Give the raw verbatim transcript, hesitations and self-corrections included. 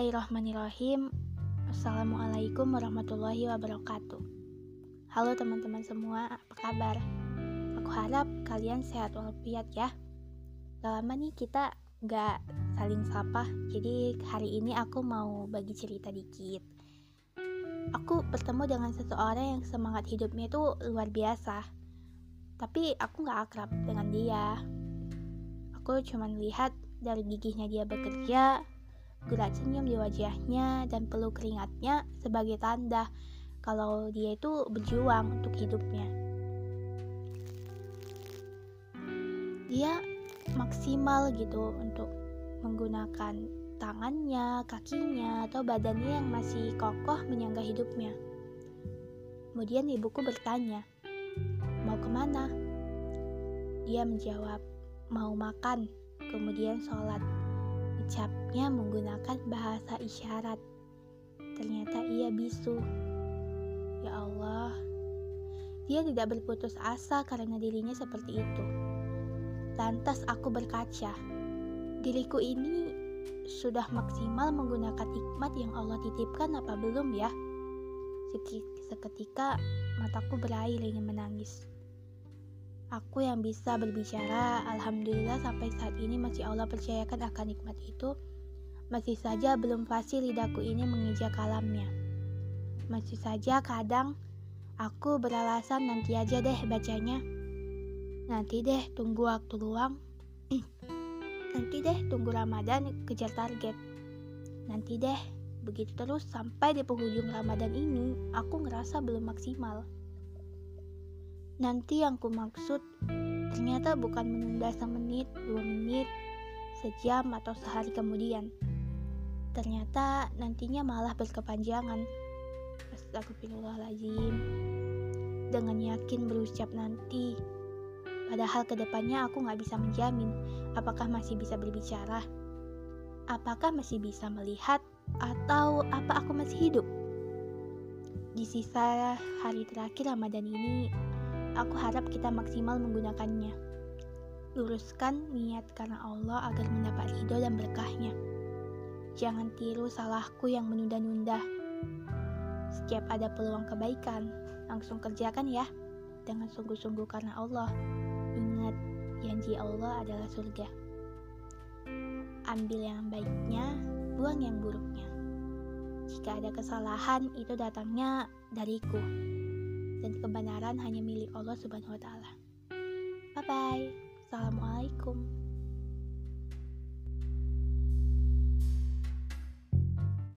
Bismillahirrahmanirrahim. Assalamualaikum warahmatullahi wabarakatuh. Halo teman-teman semua, apa kabar? Aku harap kalian sehat walafiat ya. Gak lama nih kita gak saling sapa, jadi hari ini aku mau bagi cerita dikit. Aku bertemu dengan seseorang yang semangat hidupnya itu luar biasa, tapi aku gak akrab dengan dia. Aku cuma lihat dari gigihnya dia bekerja, gerak senyum di wajahnya, dan peluk keringatnya sebagai tanda kalau dia itu berjuang untuk hidupnya. Dia maksimal gitu untuk menggunakan tangannya, kakinya, atau badannya yang masih kokoh menyangga hidupnya. Kemudian ibuku bertanya, mau kemana? Dia menjawab, mau makan, kemudian sholat. Ucapnya menggunakan bahasa isyarat. Ternyata ia bisu. Ya Allah, dia tidak berputus asa karena dirinya seperti itu. Lantas aku berkaca, diriku ini sudah maksimal menggunakan nikmat yang Allah titipkan apa belum ya? Seketika mataku berair ingin menangis. Aku yang bisa berbicara, alhamdulillah sampai saat ini masih Allah percayakan akan nikmat itu. Masih saja belum fasih lidahku ini menginjak kalamnya. Masih saja kadang aku beralasan nanti aja deh bacanya. Nanti deh tunggu waktu luang. Nanti deh tunggu Ramadan kejar target. Nanti deh, begitu terus sampai di penghujung Ramadan ini aku ngerasa belum maksimal. Nanti yang ku maksud ternyata bukan menunda semenit, dua menit, sejam atau sehari kemudian. Ternyata nantinya malah berkepanjangan. Astagfirullahaladzim. Dengan yakin berucap nanti, padahal kedepannya aku gak bisa menjamin apakah masih bisa berbicara, apakah masih bisa melihat, atau apa aku masih hidup. Di sisa hari terakhir Ramadan ini, aku harap kita maksimal menggunakannya. Luruskan niat karena Allah agar mendapat ridho dan berkahnya. Jangan tiru salahku yang menunda-nunda. Setiap ada peluang kebaikan, langsung kerjakan ya. Dengan sungguh-sungguh karena Allah. Ingat, janji Allah adalah surga. Ambil yang baiknya, buang yang buruknya. Jika ada kesalahan, itu datangnya dariku. Dan kebenaran hanya milik Allah Subhanahu wa taala. Bye bye. Assalamualaikum.